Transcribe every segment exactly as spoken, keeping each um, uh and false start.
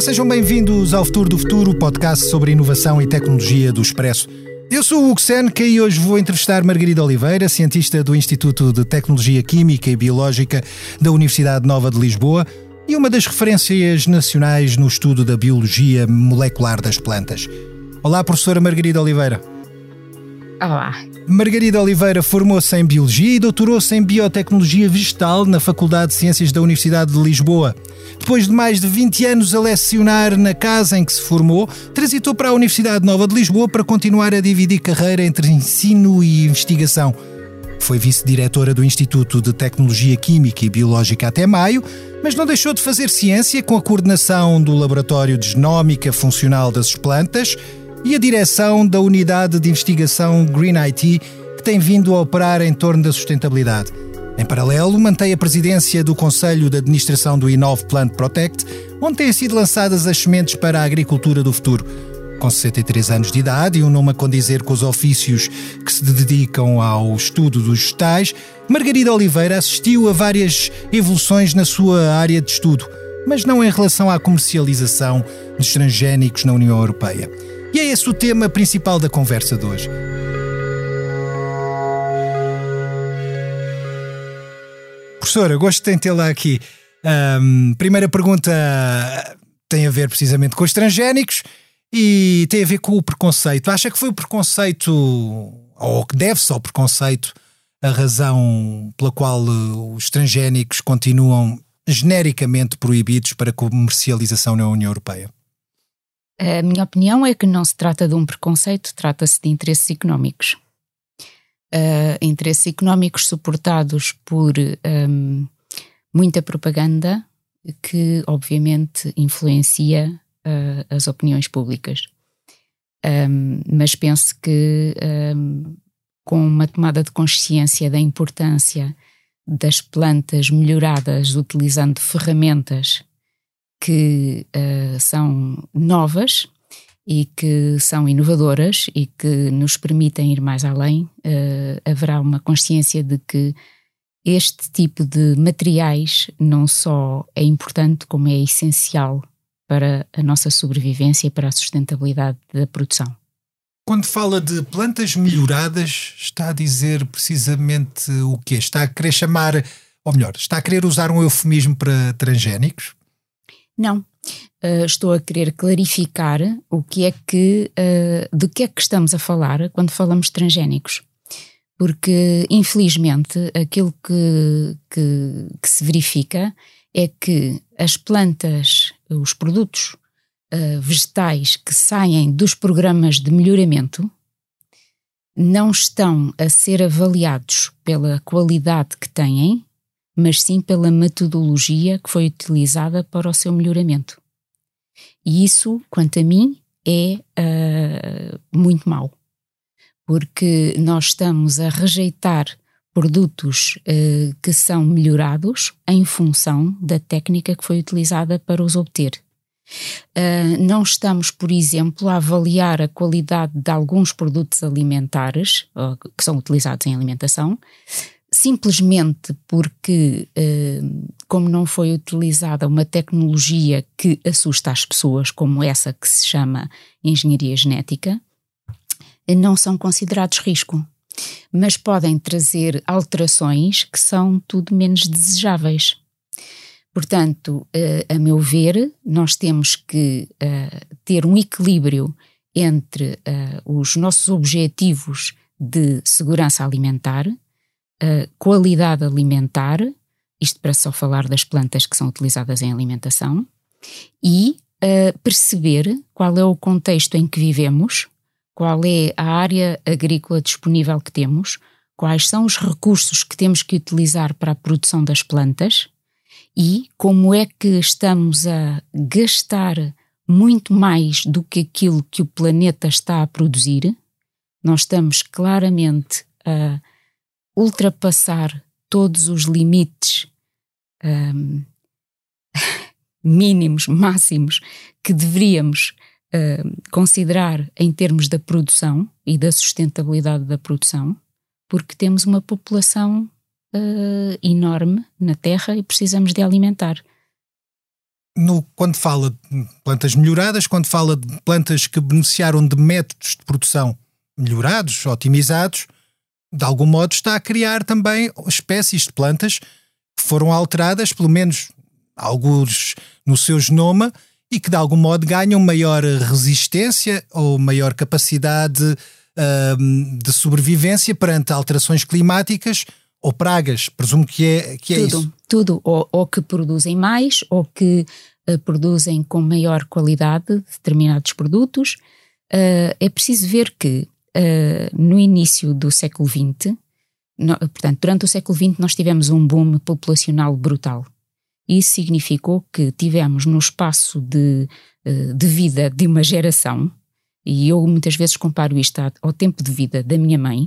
sejam bem-vindos ao Futuro do Futuro, o podcast sobre inovação e tecnologia do Expresso. Eu sou o Hugo Seneca e hoje vou entrevistar Margarida Oliveira, cientista do Instituto de Tecnologia Química e Biológica da Universidade Nova de Lisboa e uma das referências nacionais no estudo da biologia molecular das plantas. Olá, professora Margarida Oliveira. Olá. Margarida Oliveira formou-se em Biologia e doutorou-se em Biotecnologia Vegetal na Faculdade de Ciências da Universidade de Lisboa. Depois de mais de vinte anos a lecionar na casa em que se formou, transitou para a Universidade Nova de Lisboa para continuar a dividir carreira entre ensino e investigação. Foi vice-diretora do Instituto de Tecnologia Química e Biológica até maio, mas não deixou de fazer ciência com a coordenação do Laboratório de Genómica Funcional das Plantas e a direção da Unidade de Investigação Green I T, que tem vindo a operar em torno da sustentabilidade. Em paralelo, mantém a presidência do Conselho de Administração do Inove Plant Protect, onde têm sido lançadas as sementes para a agricultura do futuro. Com sessenta e três anos de idade e um nome a condizer com os ofícios que se dedicam ao estudo dos vegetais, Margarida Oliveira assistiu a várias evoluções na sua área de estudo, mas não em relação à comercialização dos transgénicos na União Europeia. E é esse o tema principal da conversa de hoje. Professora, gosto de tê-la aqui. Um, primeira pergunta tem a ver precisamente com os transgénicos e tem a ver com o preconceito. Acha que foi o preconceito, ou que deve-se ao preconceito, a razão pela qual os transgénicos continuam genericamente proibidos para comercialização na União Europeia? A minha opinião é que não se trata de um preconceito, trata-se de interesses económicos. Uh, interesses económicos suportados por um, muita propaganda que obviamente influencia uh, as opiniões públicas. Um, mas penso que um, com uma tomada de consciência da importância das plantas melhoradas utilizando ferramentas que uh, são novas e que são inovadoras e que nos permitem ir mais além, uh, haverá uma consciência de que este tipo de materiais não só é importante, como é essencial para a nossa sobrevivência e para a sustentabilidade da produção. Quando fala de plantas melhoradas, está a dizer precisamente o quê? Está a querer chamar, ou melhor, está a querer usar um eufemismo para transgénicos? Não. Uh, estou a querer clarificar o que é que, uh, de que é que estamos a falar quando falamos de transgénicos. Porque, infelizmente, aquilo que, que, que se verifica é que as plantas, os produtos uh, vegetais que saem dos programas de melhoramento não estão a ser avaliados pela qualidade que têm, mas sim pela metodologia que foi utilizada para o seu melhoramento. E isso, quanto a mim, é uh, muito mau, porque nós estamos a rejeitar produtos uh, que são melhorados em função da técnica que foi utilizada para os obter. Uh, não estamos, por exemplo, a avaliar a qualidade de alguns produtos alimentares uh, que são utilizados em alimentação, simplesmente porque, como não foi utilizada uma tecnologia que assusta as pessoas, como essa que se chama engenharia genética, não são considerados risco, mas podem trazer alterações que são tudo menos desejáveis. Portanto, a meu ver, nós temos que ter um equilíbrio entre os nossos objetivos de segurança alimentar, Uh, qualidade alimentar, isto para só falar das plantas que são utilizadas em alimentação, e uh, perceber qual é o contexto em que vivemos, qual é a área agrícola disponível que temos, quais são os recursos que temos que utilizar para a produção das plantas e como é que estamos a gastar muito mais do que aquilo que o planeta está a produzir. Nós estamos claramente a ultrapassar todos os limites um, mínimos, máximos, que deveríamos uh, considerar em termos da produção e da sustentabilidade da produção, porque temos uma população uh, enorme na Terra e precisamos de alimentar. no, quando fala de plantas melhoradas, quando fala de plantas que beneficiaram de métodos de produção melhorados, otimizados, de algum modo está a criar também espécies de plantas que foram alteradas, pelo menos alguns no seu genoma, e que de algum modo ganham maior resistência ou maior capacidade uh, de sobrevivência perante alterações climáticas ou pragas. Presumo que é, que é tudo, isso. Tudo, ou, ou que produzem mais, ou que uh, produzem com maior qualidade determinados produtos. Uh, é preciso ver que Uh, no início do século vinte, no, portanto, durante o século vinte nós tivemos um boom populacional brutal. Isso significou que tivemos no espaço de, uh, de vida de uma geração, e eu muitas vezes comparo isto ao tempo de vida da minha mãe,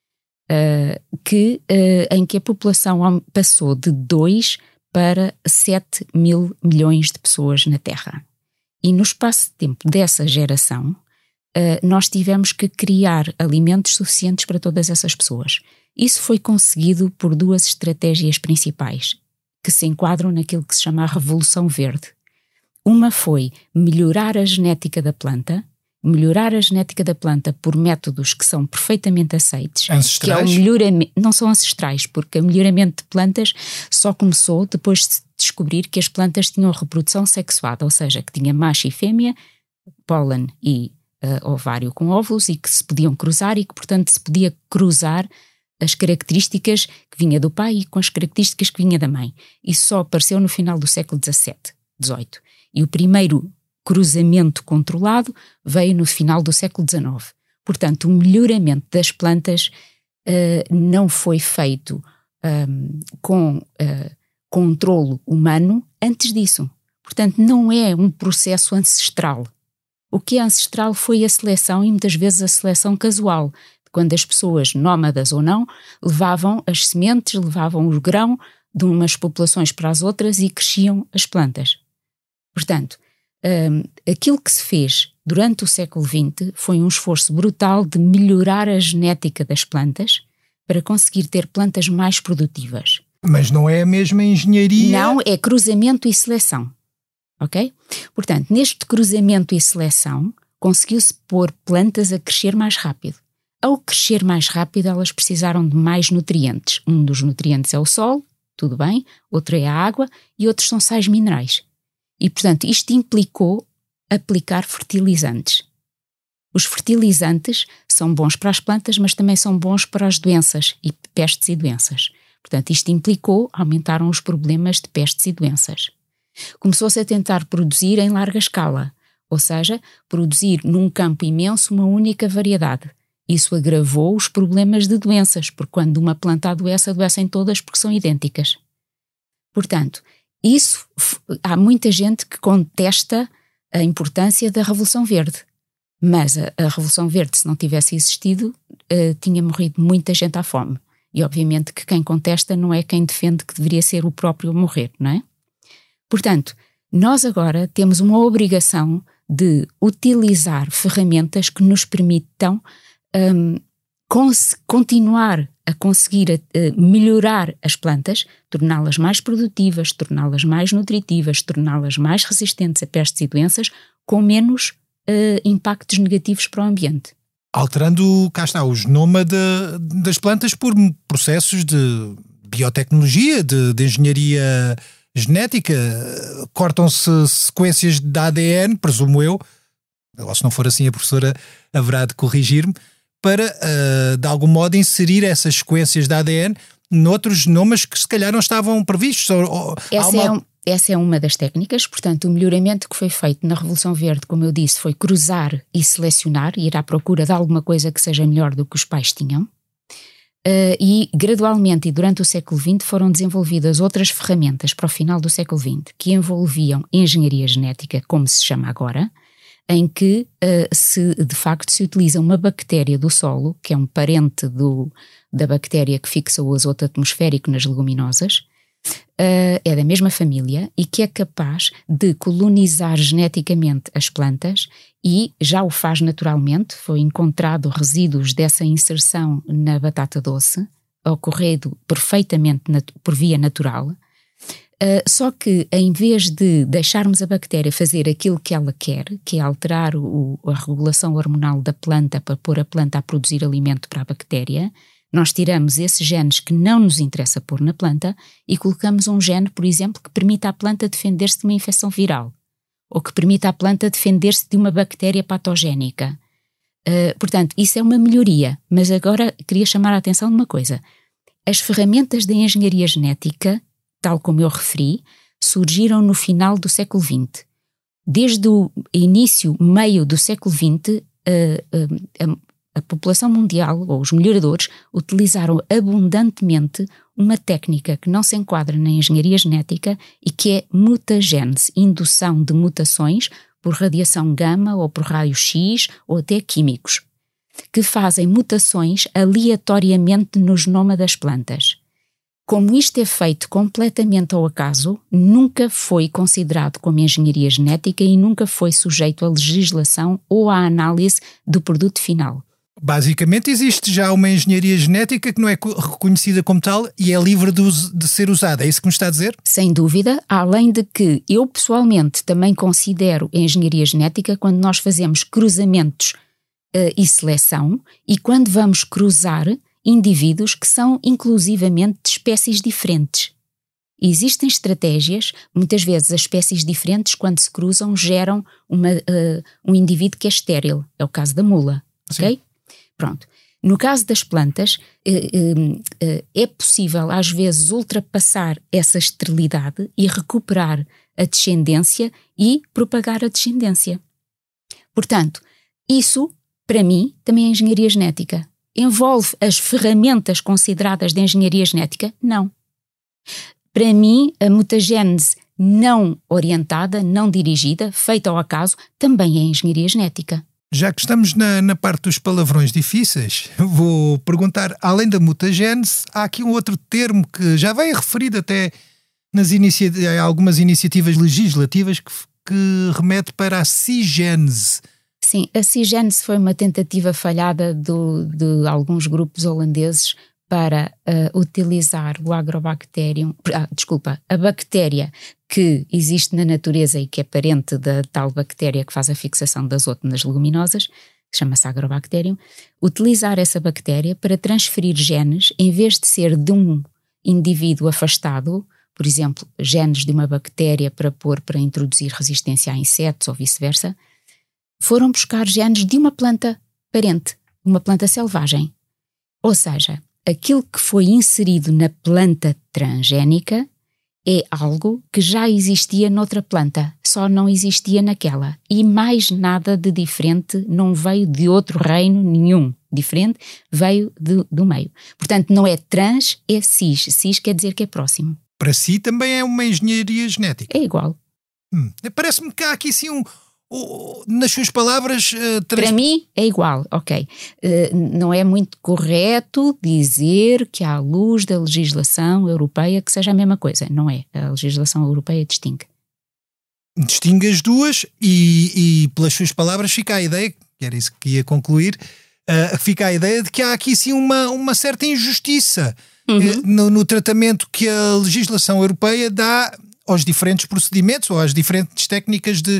uh, que, uh, em que a população passou de dois para sete mil milhões de pessoas na Terra. E no espaço de tempo dessa geração, Uh, nós tivemos que criar alimentos suficientes para todas essas pessoas. Isso foi conseguido por duas estratégias principais, que se enquadram naquilo que se chama a Revolução Verde. Uma foi melhorar a genética da planta, melhorar a genética da planta por métodos que são perfeitamente aceites. Ancestrais? Que é o melhoramento, não são ancestrais, porque o melhoramento de plantas só começou depois de descobrir que as plantas tinham reprodução sexuada, ou seja, que tinha macho e fêmea, pólen e Uh, ovário com óvulos, e que se podiam cruzar, e que portanto se podia cruzar as características que vinha do pai com as características que vinha da mãe. Isso só apareceu no final do século dezassete, dezoito. E o primeiro cruzamento controlado veio no final do século dezanove. Portanto, o melhoramento das plantas uh, não foi feito um, com uh, controlo humano antes disso. Portanto, não é um processo ancestral. O que é ancestral foi a seleção, e muitas vezes a seleção casual, quando as pessoas, nómadas ou não, levavam as sementes, levavam o grão de umas populações para as outras e cresciam as plantas. Portanto, um, aquilo que se fez durante o século vinte foi um esforço brutal de melhorar a genética das plantas para conseguir ter plantas mais produtivas. Mas não é a mesma engenharia? Não, é cruzamento e seleção. Ok? Portanto, neste cruzamento e seleção, conseguiu-se pôr plantas a crescer mais rápido. Ao crescer mais rápido, elas precisaram de mais nutrientes. Um dos nutrientes é o sol, tudo bem, outro é a água e outros são sais minerais. E, portanto, isto implicou aplicar fertilizantes. Os fertilizantes são bons para as plantas, mas também são bons para as doenças e pestes e doenças. Portanto, isto implicou, aumentaram os problemas de pestes e doenças. Começou-se a tentar produzir em larga escala, ou seja, produzir num campo imenso uma única variedade. Isso agravou os problemas de doenças, porque quando uma planta adoece, adoecem todas porque são idênticas. Portanto, isso, há muita gente que contesta a importância da Revolução Verde, mas a, a Revolução Verde, se não tivesse existido, uh, tinha morrido muita gente à fome. E obviamente que quem contesta não é quem defende que deveria ser o próprio a morrer, não é? Portanto, nós agora temos uma obrigação de utilizar ferramentas que nos permitam um, cons- continuar a conseguir uh, melhorar as plantas, torná-las mais produtivas, torná-las mais nutritivas, torná-las mais resistentes a pestes e doenças, com menos uh, impactos negativos para o ambiente. Alterando, cá está, o genoma de, das plantas por processos de biotecnologia, de, de engenharia genética, cortam-se sequências de A D N, presumo eu, ou se não for assim a professora haverá de corrigir-me, para uh, de algum modo inserir essas sequências de A D N noutros genomas que se calhar não estavam previstos. Ou, ou, essa, uma... é um, essa é uma das técnicas. Portanto, o melhoramento que foi feito na Revolução Verde, como eu disse, foi cruzar e selecionar, ir à procura de alguma coisa que seja melhor do que os pais tinham. Uh, e gradualmente e durante o século vinte foram desenvolvidas outras ferramentas para o final do século vinte que envolviam engenharia genética, como se chama agora, em que uh, se, de facto se utiliza uma bactéria do solo, que é um parente do, da bactéria que fixa o azoto atmosférico nas leguminosas, uh, é da mesma família e que é capaz de colonizar geneticamente as plantas e já o faz naturalmente. Foi encontrado resíduos dessa inserção na batata doce, ocorrido perfeitamente nat- por via natural, Uh, só que em vez de deixarmos a bactéria fazer aquilo que ela quer, que é alterar o, a regulação hormonal da planta para pôr a planta a produzir alimento para a bactéria, nós tiramos esses genes que não nos interessa pôr na planta e colocamos um gene, por exemplo, que permita à planta defender-se de uma infecção viral ou que permita à planta defender-se de uma bactéria patogénica. Uh, portanto, isso é uma melhoria, mas agora queria chamar a atenção de uma coisa. As ferramentas da engenharia genética, tal como eu referi, surgiram no final do século vinte. Desde o início, meio do século vinte, a, a, a população mundial, ou os melhoradores, utilizaram abundantemente uma técnica que não se enquadra na engenharia genética e que é mutagênese, indução de mutações por radiação gama ou por raio-x ou até químicos, que fazem mutações aleatoriamente no genoma das plantas. Como isto é feito completamente ao acaso, nunca foi considerado como engenharia genética e nunca foi sujeito à legislação ou à análise do produto final. Basicamente existe já uma engenharia genética que não é reconhecida como tal e é livre de, de ser usada, é isso que me está a dizer? Sem dúvida, além de que eu pessoalmente também considero engenharia genética quando nós fazemos cruzamentos uh, e seleção e quando vamos cruzar indivíduos que são inclusivamente de espécies diferentes. Existem estratégias, muitas vezes as espécies diferentes quando se cruzam geram uma, uh, um indivíduo que é estéril, é o caso da mula, Sim. ok? Pronto. No caso das plantas, uh, uh, é possível às vezes ultrapassar essa esterilidade e recuperar a descendência e propagar a descendência. Portanto, isso, para mim, também é engenharia genética. Envolve as ferramentas consideradas de engenharia genética? Não. Para mim, a mutagênese não orientada, não dirigida, feita ao acaso, também é engenharia genética. Já que estamos na, na parte dos palavrões difíceis, vou perguntar, além da mutagênese, há aqui um outro termo que já vem referido até nas inicia- em algumas iniciativas legislativas que, que remete para a cigênese. Sim, a cigênese foi uma tentativa falhada do, de alguns grupos holandeses para uh, utilizar o agrobacterium, ah, desculpa, a bactéria que existe na natureza e que é parente da tal bactéria que faz a fixação das azoto nas leguminosas, que chama-se agrobacterium, utilizar essa bactéria para transferir genes, em vez de ser de um indivíduo afastado, por exemplo, genes de uma bactéria para pôr para introduzir resistência a insetos ou vice-versa, foram buscar genes de uma planta parente, uma planta selvagem. Ou seja, aquilo que foi inserido na planta transgénica é algo que já existia noutra planta, só não existia naquela. E mais nada de diferente não veio de outro reino nenhum. Diferente veio de, do meio. Portanto, não é trans, é cis. Cis quer dizer que é próximo. Para si também é uma engenharia genética? É igual. Hum, parece-me que há aqui sim um... Oh, nas suas palavras... Uh, trans... Para mim é igual, ok. Uh, não é muito correto dizer que à luz da legislação europeia que seja a mesma coisa. Não é. A legislação europeia distingue. Distingue as duas e, e pelas suas palavras fica a ideia, que era isso que ia concluir, uh, fica a ideia de que há aqui sim uma, uma certa injustiça uhum. uh, no, no tratamento que a legislação europeia dá aos diferentes procedimentos ou às diferentes técnicas de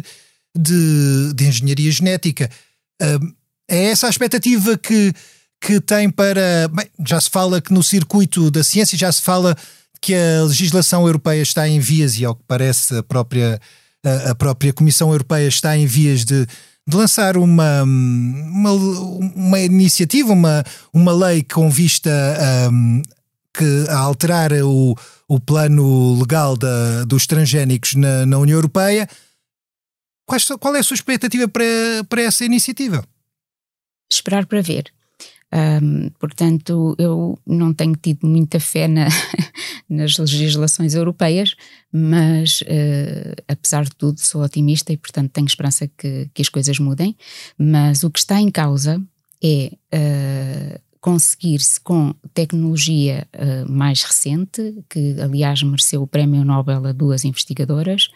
De, de engenharia genética. Uh, é essa a expectativa que, que tem para... Bem, já se fala que no circuito da ciência já se fala que a legislação europeia está em vias, e ao que parece a própria, a, a própria Comissão Europeia está em vias de, de lançar uma, uma, uma iniciativa, uma, uma lei com vista um, que, a alterar o, o plano legal da, dos transgénicos na, na União Europeia. Qual é a sua expectativa para, para essa iniciativa? Esperar para ver. Um, portanto, eu não tenho tido muita fé na, nas legislações europeias, mas uh, apesar de tudo sou otimista e portanto tenho esperança que, que as coisas mudem, mas o que está em causa é uh, conseguir-se com tecnologia uh, mais recente, que aliás mereceu o Prémio Nobel a duas investigadoras,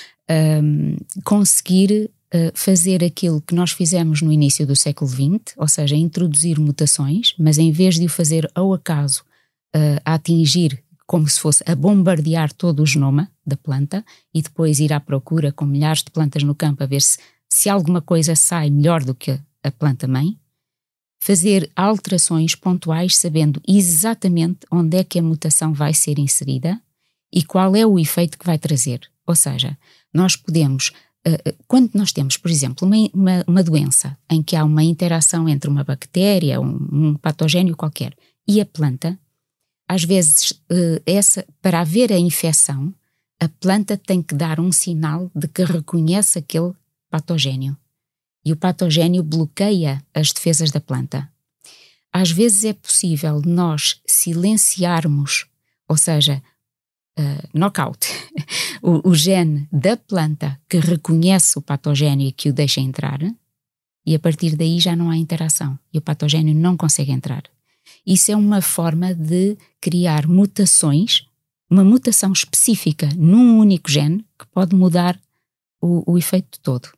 Um, conseguir uh, fazer aquilo que nós fizemos no início do século vinte, ou seja, introduzir mutações, mas em vez de o fazer ao acaso uh, a atingir como se fosse a bombardear todo o genoma da planta e depois ir à procura com milhares de plantas no campo a ver se, se alguma coisa sai melhor do que a planta-mãe. Fazer alterações pontuais sabendo exatamente onde é que a mutação vai ser inserida e qual é o efeito que vai trazer. Ou seja, nós podemos, quando nós temos, por exemplo, uma, uma, uma doença em que há uma interação entre uma bactéria, um, um patogénio qualquer, e a planta, às vezes, essa, para haver a infecção, a planta tem que dar um sinal de que reconhece aquele patogénio. E o patogénio bloqueia as defesas da planta. Às vezes é possível nós silenciarmos, ou seja, uh, knockout, o, o gene da planta que reconhece o patogénio e que o deixa entrar, e a partir daí já não há interação e o patogénio não consegue entrar. Isso é uma forma de criar mutações, uma mutação específica num único gene que pode mudar o, o efeito todo.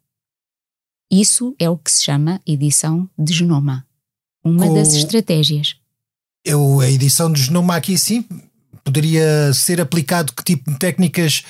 Isso é o que se chama edição de genoma. Uma Com das estratégias. Eu, a edição de genoma aqui sim, poderia ser aplicado que tipo de técnicas?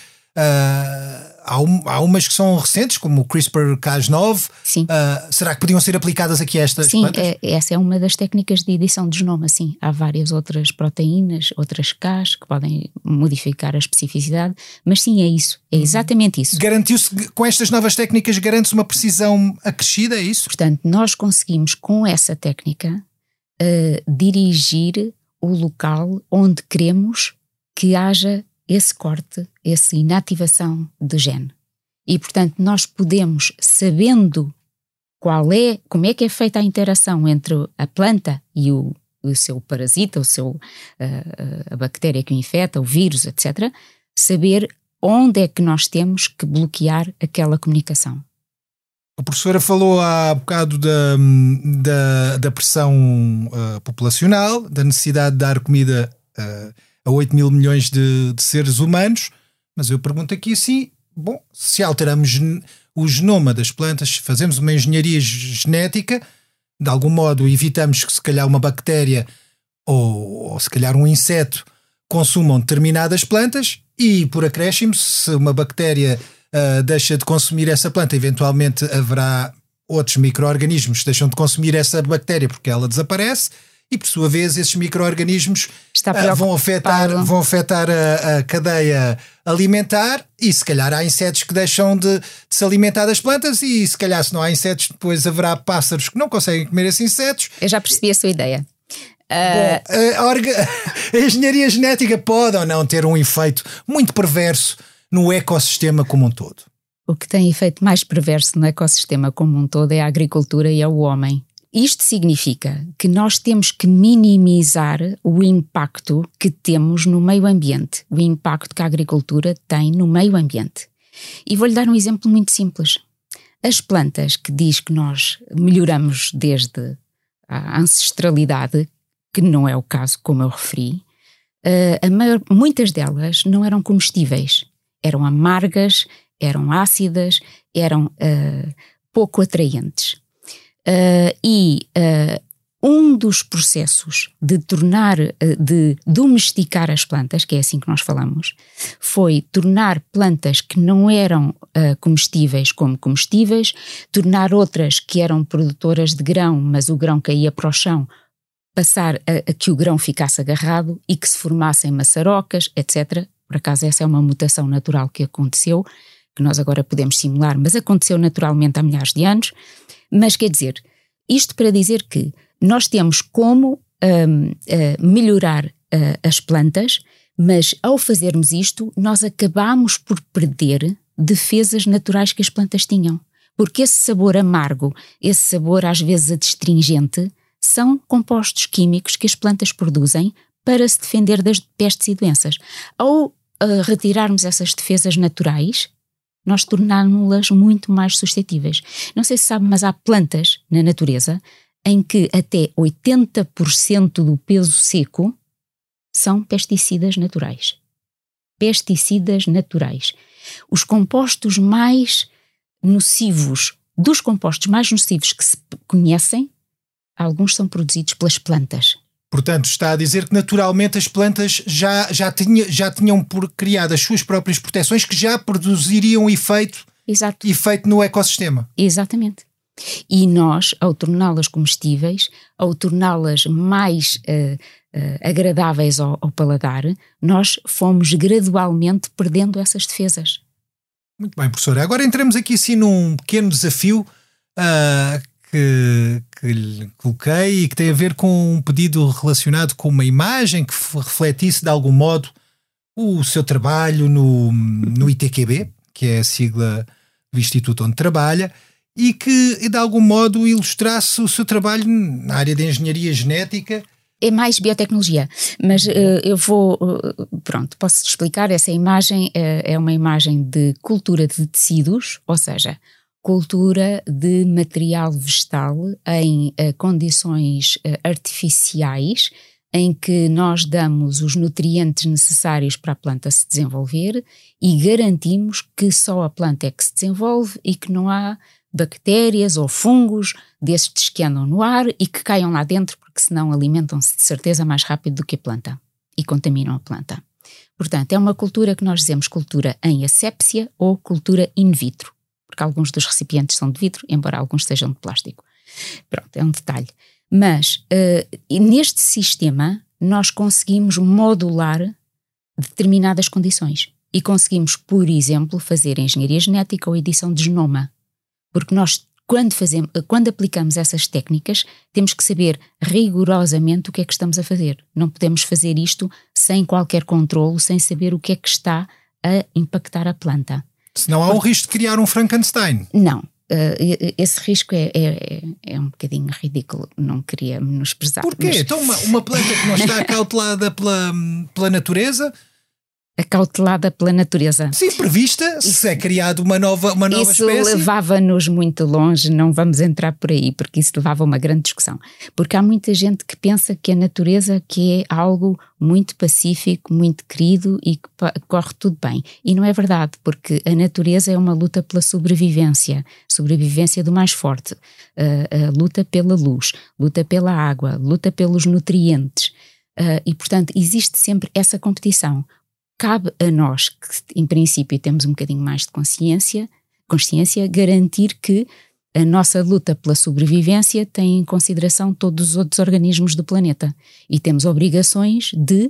Uh, há, um, há umas que são recentes, como o CRISPR Cas nove. Sim. Uh, será que podiam ser aplicadas aqui a estas sim, plantas? Sim, é, essa é uma das técnicas de edição de genoma, sim. Há várias outras proteínas, outras Cas que podem modificar a especificidade, mas sim, é isso, é exatamente isso. Garantiu-se, com estas novas técnicas, garante-se uma precisão acrescida, é isso? Portanto, nós conseguimos com essa técnica uh, dirigir o local onde queremos que haja esse corte, essa inativação de gene. E, portanto, nós podemos, sabendo qual é, como é que é feita a interação entre a planta e o, o seu parasita, o seu, uh, a bactéria que o infecta, o vírus, etcétera, saber onde é que nós temos que bloquear aquela comunicação. A professora falou há bocado da, da, da pressão uh, populacional, da necessidade de dar comida uh, a oito mil milhões de, de seres humanos, mas eu pergunto aqui assim, bom, se alteramos o genoma das plantas, fazemos uma engenharia genética, de algum modo evitamos que se calhar uma bactéria ou, ou se calhar um inseto consumam determinadas plantas e por acréscimo, se uma bactéria uh, deixa de consumir essa planta, eventualmente haverá outros micro-organismos que deixam de consumir essa bactéria porque ela desaparece. E, por sua vez, esses micro-organismos uh, vão afetar, vão afetar a, a cadeia alimentar e, se calhar, há insetos que deixam de, de se alimentar das plantas e, se calhar, se não há insetos, depois haverá pássaros que não conseguem comer esses insetos. Eu já percebi a sua ideia. Uh... Bom, a, orga... a engenharia genética pode ou não ter um efeito muito perverso no ecossistema como um todo? O que tem efeito mais perverso no ecossistema como um todo é a agricultura e é o homem. Isto significa que nós temos que minimizar o impacto que temos no meio ambiente, o impacto que a agricultura tem no meio ambiente. E vou-lhe dar um exemplo muito simples. As plantas que diz que nós melhoramos desde a ancestralidade, que não é o caso, como eu referi, a maior, muitas delas não eram comestíveis, eram amargas, eram ácidas, eram uh, pouco atraentes. Uh, e uh, um dos processos de tornar, uh, de domesticar as plantas, que é assim que nós falamos, foi tornar plantas que não eram uh, comestíveis como comestíveis, tornar outras que eram produtoras de grão, mas o grão caía para o chão, passar a, a que o grão ficasse agarrado e que se formassem maçarocas, etcétera. Por acaso essa é uma mutação natural que aconteceu, que nós agora podemos simular, mas aconteceu naturalmente há milhares de anos. Mas quer dizer, isto para dizer que nós temos como um, uh, melhorar uh, as plantas, mas ao fazermos isto, nós acabamos por perder defesas naturais que as plantas tinham. Porque esse sabor amargo, esse sabor às vezes adstringente, são compostos químicos que as plantas produzem para se defender das pestes e doenças. Ao uh, retirarmos essas defesas naturais, nós tornámos-las muito mais suscetíveis. Não sei se sabe, mas há plantas na natureza em que até oitenta por cento do peso seco são pesticidas naturais. Pesticidas naturais. Os compostos mais nocivos, dos compostos mais nocivos que se conhecem, alguns são produzidos pelas plantas. Portanto, está a dizer que naturalmente as plantas já, já, tinha, já tinham por criado as suas próprias proteções que já produziriam efeito, Exato. efeito no ecossistema. Exatamente. E nós, ao torná-las comestíveis, ao torná-las mais uh, uh, agradáveis ao, ao paladar, nós fomos gradualmente perdendo essas defesas. Muito bem, professora. Agora entramos aqui assim num pequeno desafio uh, que, que lhe coloquei e que tem a ver com um pedido relacionado com uma imagem que refletisse de algum modo o seu trabalho no, no I T Q B, que é a sigla do instituto onde trabalha, e que de algum modo ilustrasse o seu trabalho na área de engenharia genética. É mais biotecnologia, mas uh, eu vou, uh, pronto, posso-te explicar. Essa imagem uh, é uma imagem de cultura de tecidos, ou seja, cultura de material vegetal em uh, condições uh, artificiais, em que nós damos os nutrientes necessários para a planta se desenvolver e garantimos que só a planta é que se desenvolve e que não há bactérias ou fungos destes que andam no ar e que caiam lá dentro, porque senão alimentam-se de certeza mais rápido do que a planta e contaminam a planta. Portanto, é uma cultura que nós dizemos cultura em assépsia ou cultura in vitro, porque alguns dos recipientes são de vidro, embora alguns sejam de plástico. Pronto, é um detalhe. Mas uh, neste sistema nós conseguimos modular determinadas condições e conseguimos, por exemplo, fazer engenharia genética ou edição de genoma. Porque nós, quando, fazemos, quando aplicamos essas técnicas, temos que saber rigorosamente o que é que estamos a fazer. Não podemos fazer isto sem qualquer controlo, sem saber o que é que está a impactar a planta. Senão há Porque, o risco de criar um Frankenstein. Não. Uh, esse risco é, é, é um bocadinho ridículo, não queria menosprezar. Porquê? Mas... Então uma, uma planta que não está acautelada pela, pela natureza... Acautelada pela natureza. Sim, prevista, isso, se é criado uma nova, uma nova isso espécie. Isso levava-nos muito longe, não vamos entrar por aí, porque isso levava a uma grande discussão. Porque há muita gente que pensa que a natureza que é algo muito pacífico, muito querido e que corre tudo bem. E não é verdade, porque a natureza é uma luta pela sobrevivência, sobrevivência do mais forte, a, a luta pela luz, luta pela água, luta pelos nutrientes. Uh, e, portanto, existe sempre essa competição. Cabe a nós, que em princípio temos um bocadinho mais de consciência, consciência, garantir que a nossa luta pela sobrevivência tem em consideração todos os outros organismos do planeta e temos obrigações de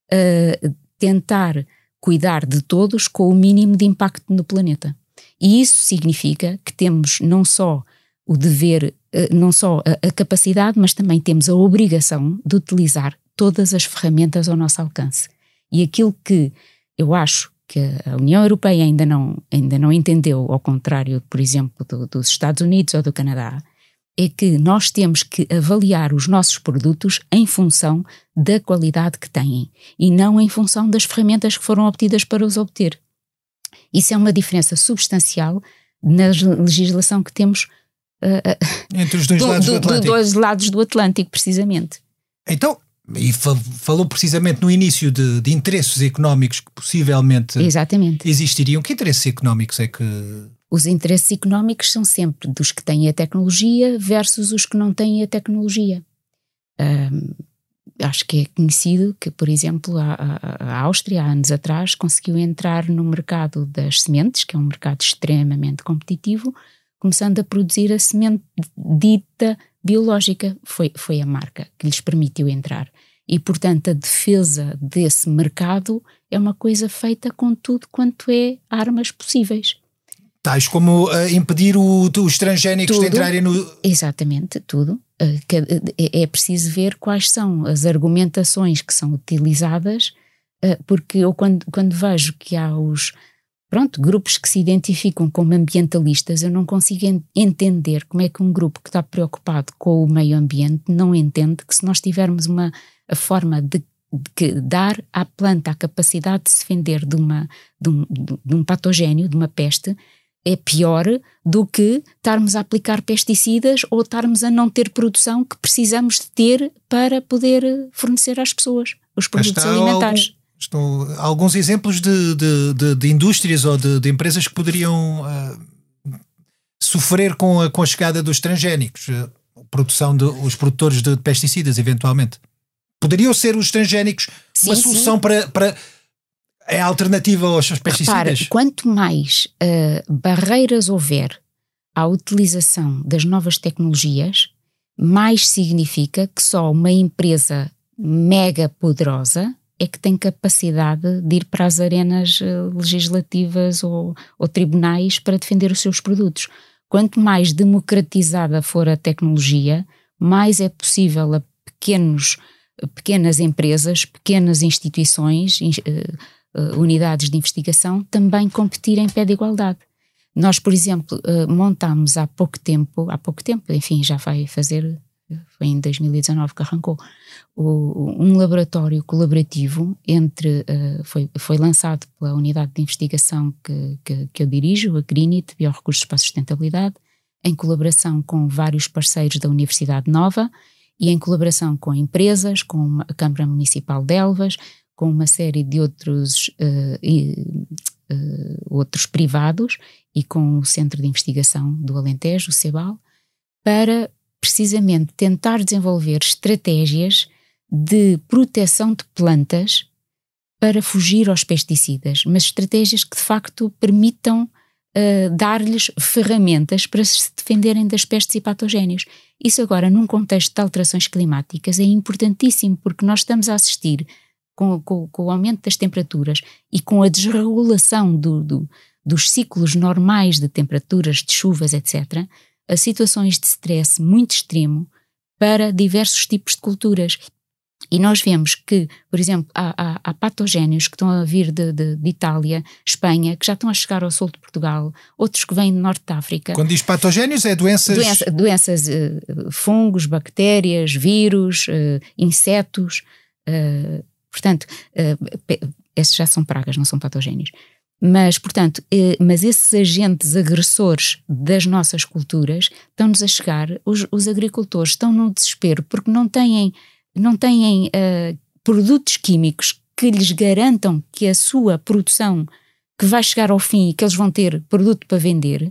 uh, tentar cuidar de todos com o mínimo de impacto no planeta. E isso significa que temos não só o dever, uh, não só a, a capacidade, mas também temos a obrigação de utilizar todas as ferramentas ao nosso alcance. E aquilo que eu acho que a União Europeia ainda não, ainda não entendeu, ao contrário, por exemplo, do, dos Estados Unidos ou do Canadá, é que nós temos que avaliar os nossos produtos em função da qualidade que têm e não em função das ferramentas que foram obtidas para os obter. Isso é uma diferença substancial na legislação que temos uh, entre os dois, do, lados do, do Atlântico. Do, dois lados do Atlântico, precisamente. Então... E falou precisamente no início de, de interesses económicos que possivelmente Exatamente. Existiriam. Que interesses económicos é que... Os interesses económicos são sempre dos que têm a tecnologia versus os que não têm a tecnologia. Um, acho que é conhecido que, por exemplo, a, a, a Áustria, há anos atrás, conseguiu entrar no mercado das sementes, que é um mercado extremamente competitivo, começando a produzir a semente dita biológica. Foi, foi a marca que lhes permitiu entrar. E, portanto, a defesa desse mercado é uma coisa feita com tudo quanto é armas possíveis. Tais como uh, impedir o, os transgénicos tudo, de entrarem no... Exatamente, tudo. Uh, que, é, é preciso ver quais são as argumentações que são utilizadas, uh, porque eu quando, quando vejo que há os... Pronto, grupos que se identificam como ambientalistas, eu não consigo en- entender como é que um grupo que está preocupado com o meio ambiente não entende que se nós tivermos uma a forma de, de dar à planta a capacidade de se defender de, uma, de, um, de um patogénio, de uma peste, é pior do que estarmos a aplicar pesticidas ou estarmos a não ter produção que precisamos de ter para poder fornecer às pessoas os produtos alimentares. Algum... Estão alguns exemplos de, de, de, de indústrias ou de, de empresas que poderiam uh, sofrer com a, com a chegada dos transgénicos, a produção de, os produtores de pesticidas, eventualmente. poderiam ser os transgénicos sim, uma solução sim. para... para é a alternativa aos pesticidas? Repara, quanto mais uh, barreiras houver à utilização das novas tecnologias, mais significa que só uma empresa mega poderosa é que tem capacidade de ir para as arenas uh, legislativas ou, ou tribunais para defender os seus produtos. Quanto mais democratizada for a tecnologia, mais é possível a pequenos, pequenas empresas, pequenas instituições, uh, Uh, unidades de investigação também competir em pé de igualdade. Nós, por exemplo, uh, montámos há pouco tempo, há pouco tempo, enfim, já vai fazer, foi em dois mil e dezanove que arrancou, o, um laboratório colaborativo entre, uh, foi, foi lançado pela unidade de investigação que, que, que eu dirijo, a Greenit, Biorrecursos para a Sustentabilidade, em colaboração com vários parceiros da Universidade Nova e em colaboração com empresas, com a Câmara Municipal de Elvas, com uma série de outros, uh, uh, uh, outros privados e com o Centro de Investigação do Alentejo, o CEBAL, para precisamente tentar desenvolver estratégias de proteção de plantas para fugir aos pesticidas, mas estratégias que de facto permitam uh, dar-lhes ferramentas para se defenderem das pestes e patogénios. Isso agora, num contexto de alterações climáticas, é importantíssimo, porque nós estamos a assistir Com, com, com o aumento das temperaturas e com a desregulação do, do, dos ciclos normais de temperaturas, de chuvas, etcétera, a situações de stress muito extremo para diversos tipos de culturas. E nós vemos que, por exemplo, há, há, há patogénios que estão a vir de, de, de Itália, Espanha, que já estão a chegar ao sul de Portugal, outros que vêm do norte de África. Quando diz patogénios é doenças... Doença, doenças, uh, fungos, bactérias, vírus, uh, insetos... Uh, Portanto, uh, esses já são pragas, não são patogénios. Mas, portanto, uh, mas esses agentes agressores das nossas culturas estão-nos a chegar, os, os agricultores estão no desespero porque não têm, não têm uh, produtos químicos que lhes garantam que a sua produção, que vai chegar ao fim e que eles vão ter produto para vender,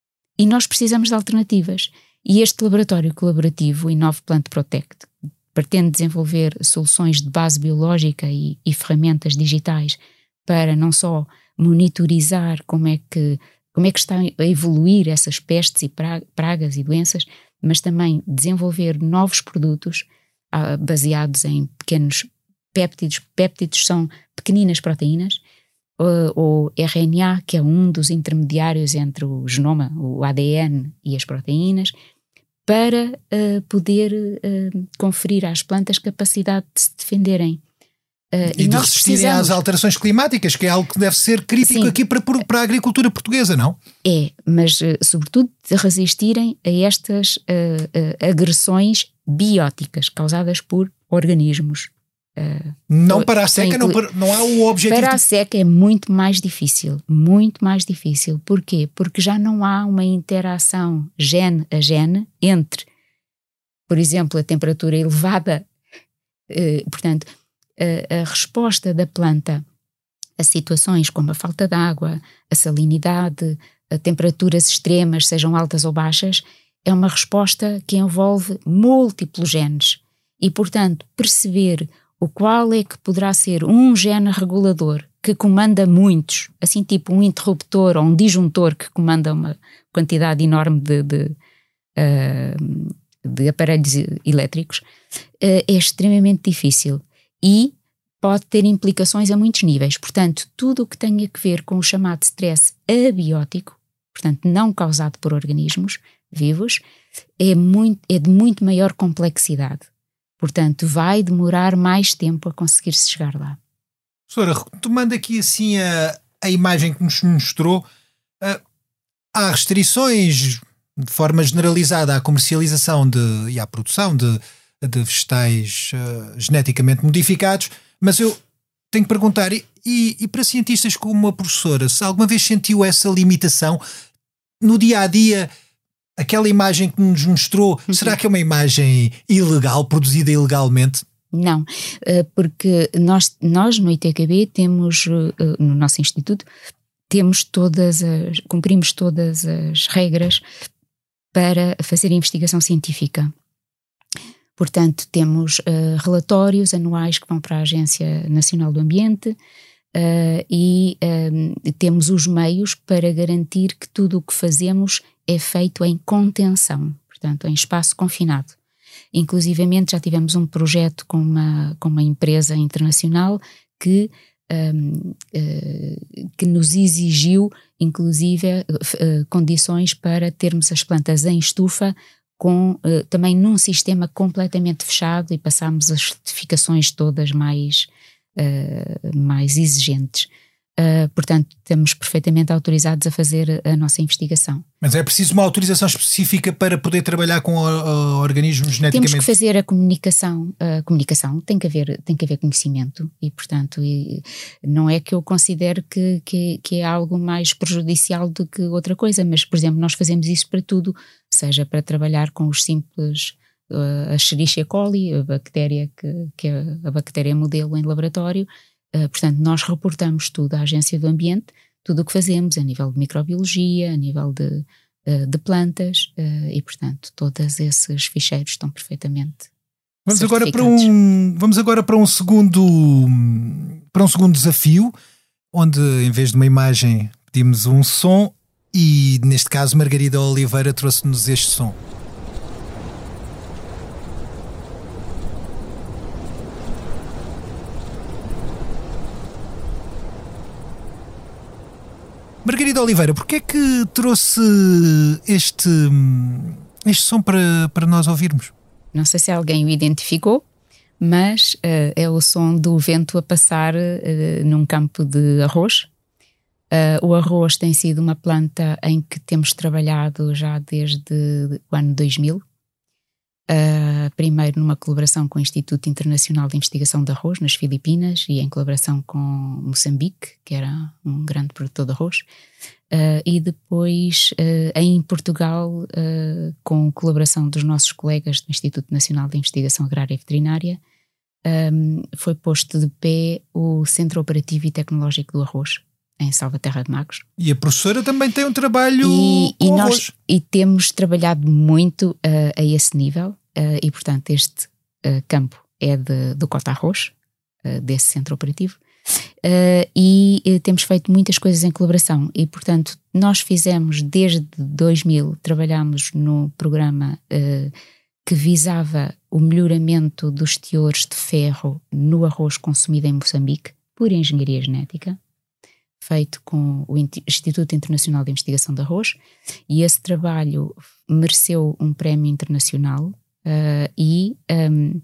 e nós precisamos de alternativas. E este laboratório colaborativo, o Inove Plant Protect, pretende desenvolver soluções de base biológica e, e ferramentas digitais para não só monitorizar como é que, como é que está a evoluir essas pestes e pragas e doenças, mas também desenvolver novos produtos ah, baseados em pequenos péptidos. Péptidos são pequeninas proteínas, ou, ou R N A, que é um dos intermediários entre o genoma, o A D N e as proteínas, para uh, poder uh, conferir às plantas capacidade de se defenderem. Uh, e, e de resistirem precisamos... às alterações climáticas, que é algo que deve ser crítico Sim. aqui para, para a agricultura portuguesa, não? É, mas uh, sobretudo de resistirem a estas uh, uh, agressões bióticas causadas por organismos. Uh, não para a seca, não, para, não há o objetivo... Para a seca é muito mais difícil, muito mais difícil. Porquê? Porque já não há uma interação gene a gene entre, por exemplo, a temperatura elevada, uh, portanto, uh, a resposta da planta a situações como a falta de água, a salinidade, a temperaturas extremas, sejam altas ou baixas, é uma resposta que envolve múltiplos genes. E, portanto, perceber o qual é que poderá ser um gene regulador que comanda muitos, assim tipo um interruptor ou um disjuntor que comanda uma quantidade enorme de, de, uh, de aparelhos elétricos, uh, é extremamente difícil e pode ter implicações a muitos níveis. Portanto, tudo o que tenha que ver com o chamado stress abiótico, portanto não causado por organismos vivos, é, muito, é de muito maior complexidade. Portanto, vai demorar mais tempo a conseguir-se chegar lá. Professora, tomando aqui assim a, a imagem que nos mostrou, uh, há restrições de forma generalizada à comercialização de, e à produção de, de vegetais uh, geneticamente modificados, mas eu tenho que perguntar, e, e para cientistas como a professora, se alguma vez sentiu essa limitação no dia-a-dia? Aquela imagem que nos mostrou, uhum. será que é uma imagem ilegal, produzida ilegalmente? Não, porque nós, nós no I T Q B temos, no nosso instituto, temos todas as, cumprimos todas as regras para fazer investigação científica. Portanto, temos uh, relatórios anuais que vão para a Agência Nacional do Ambiente uh, e um, temos os meios para garantir que tudo o que fazemos é feito em contenção, portanto, em espaço confinado. Inclusivamente já tivemos um projeto com uma, com uma empresa internacional que, um, uh, que nos exigiu, inclusive, uh, condições para termos as plantas em estufa, com, uh, também num sistema completamente fechado, e passámos as certificações todas mais, uh, mais exigentes. Uh, portanto, estamos perfeitamente autorizados a fazer a nossa investigação. Mas é preciso uma autorização específica para poder trabalhar com uh, uh, organismos geneticamente... Temos que fazer a comunicação, a comunicação tem que haver, tem que haver conhecimento e, portanto, e não é que eu considere que, que, que é algo mais prejudicial do que outra coisa, mas, por exemplo, nós fazemos isso para tudo, seja para trabalhar com os simples, uh, a Escherichia coli, a bactéria que, que é a bactéria modelo em laboratório. Uh, portanto, nós reportamos tudo à Agência do Ambiente, tudo o que fazemos a nível de microbiologia, a nível de, uh, de plantas, uh, e, portanto, todos esses ficheiros estão perfeitamente vamos agora para um Vamos agora para um segundo para um segundo desafio, onde em vez de uma imagem pedimos um som, e neste caso Margarida Oliveira trouxe-nos este som. Margarida Oliveira, porquê é que trouxe este, este som para, para nós ouvirmos? Não sei se alguém o identificou, mas uh, é o som do vento a passar uh, num campo de arroz. Uh, o arroz tem sido uma planta em que temos trabalhado já desde o ano dois mil. Uh, primeiro numa colaboração com o Instituto Internacional de Investigação de Arroz nas Filipinas e em colaboração com Moçambique, que era um grande produtor de arroz, uh, e depois uh, em Portugal uh, com colaboração dos nossos colegas do Instituto Nacional de Investigação Agrária e Veterinária, um, foi posto de pé o Centro Operativo e Tecnológico do Arroz em Salvaterra de Magos. E a professora também tem um trabalho e, com e arroz. Nós, e temos trabalhado muito uh, a esse nível. Uh, e, portanto, este uh, campo é de, do Cota Arroz, uh, desse centro operativo, uh, e uh, temos feito muitas coisas em colaboração. E, portanto, nós fizemos desde dois mil, trabalhamos no programa uh, que visava o melhoramento dos teores de ferro no arroz consumido em Moçambique por engenharia genética, feito com o Instituto Internacional de Investigação de Arroz, e esse trabalho mereceu um prémio internacional. Uh, e, um,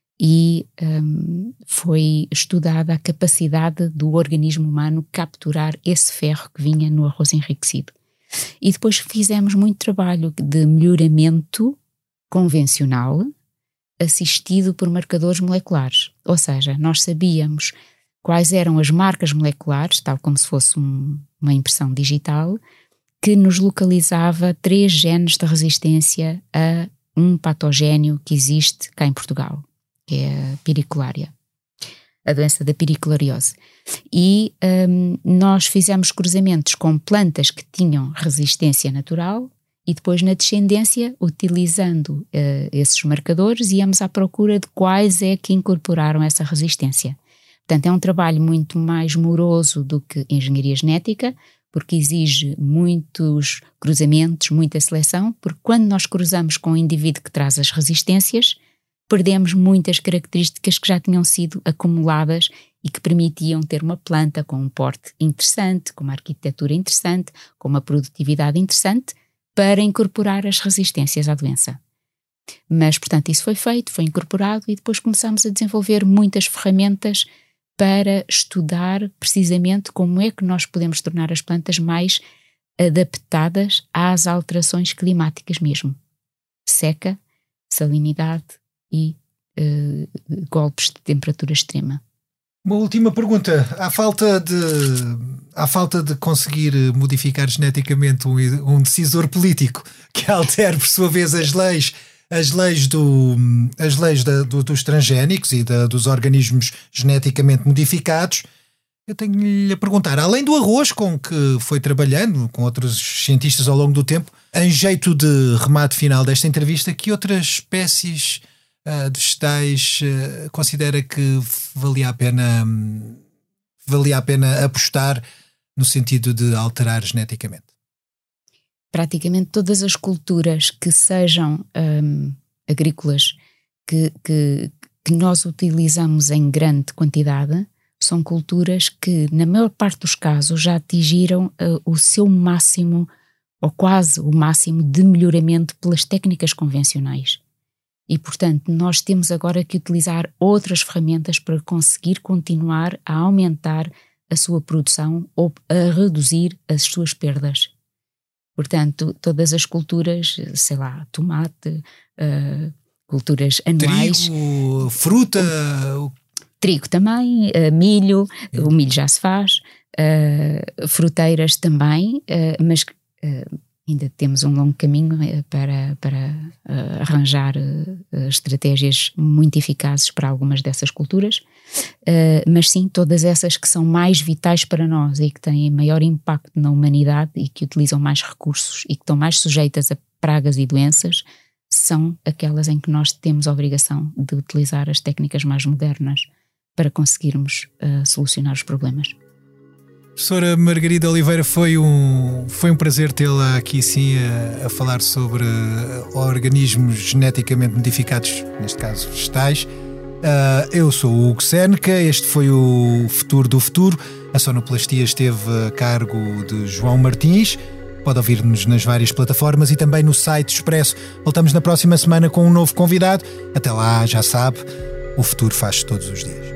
e um, foi estudada a capacidade do organismo humano capturar esse ferro que vinha no arroz enriquecido. E depois fizemos muito trabalho de melhoramento convencional assistido por marcadores moleculares, ou seja, nós sabíamos quais eram as marcas moleculares, tal como se fosse um, uma impressão digital, que nos localizava três genes de resistência a um patogénio que existe cá em Portugal, que é a piriculária, a doença da piriculariose. E um, nós fizemos cruzamentos com plantas que tinham resistência natural e depois na descendência, utilizando uh, esses marcadores, íamos à procura de quais é que incorporaram essa resistência. Portanto, é um trabalho muito mais moroso do que engenharia genética, porque exige muitos cruzamentos, muita seleção, porque quando nós cruzamos com o indivíduo que traz as resistências, perdemos muitas características que já tinham sido acumuladas e que permitiam ter uma planta com um porte interessante, com uma arquitetura interessante, com uma produtividade interessante, para incorporar as resistências à doença. Mas, portanto, isso foi feito, foi incorporado e depois começamos a desenvolver muitas ferramentas para estudar precisamente como é que nós podemos tornar as plantas mais adaptadas às alterações climáticas mesmo. Seca, salinidade e uh, golpes de temperatura extrema. Uma última pergunta. À falta de, à falta de conseguir modificar geneticamente um, um decisor político que altere, por sua vez, as leis as leis, do, as leis da, do, dos transgénicos e da, dos organismos geneticamente modificados, eu tenho-lhe a perguntar, além do arroz com que foi trabalhando com outros cientistas ao longo do tempo, em jeito de remate final desta entrevista, que outras espécies uh, de vegetais, uh, considera que valia a pena, um, valia a pena apostar no sentido de alterar geneticamente? Praticamente todas as culturas que sejam um, agrícolas, que, que, que nós utilizamos em grande quantidade, são culturas que, na maior parte dos casos, já atingiram uh, o seu máximo, ou quase o máximo, de melhoramento pelas técnicas convencionais. E, portanto, nós temos agora que utilizar outras ferramentas para conseguir continuar a aumentar a sua produção ou a reduzir as suas perdas. Portanto, todas as culturas, sei lá, tomate, uh, culturas anuais. Trigo, fruta. O, trigo também, uh, milho, é. O milho já se faz, uh, fruteiras também, uh, mas uh, ainda temos um longo caminho para, para uh, arranjar uh, estratégias muito eficazes para algumas dessas culturas, uh, mas sim, todas essas que são mais vitais para nós e que têm maior impacto na humanidade e que utilizam mais recursos e que estão mais sujeitas a pragas e doenças, são aquelas em que nós temos a obrigação de utilizar as técnicas mais modernas para conseguirmos uh, solucionar os problemas. Professora Margarida Oliveira, foi um, foi um prazer tê-la aqui sim a, a falar sobre organismos geneticamente modificados, neste caso vegetais. Uh, eu sou o Hugo Seneca, este foi o Futuro do Futuro. A sonoplastia esteve a cargo de João Martins. Pode ouvir-nos nas várias plataformas e também no site Expresso. Voltamos na próxima semana com um novo convidado. Até lá, já sabe, o futuro faz-se todos os dias.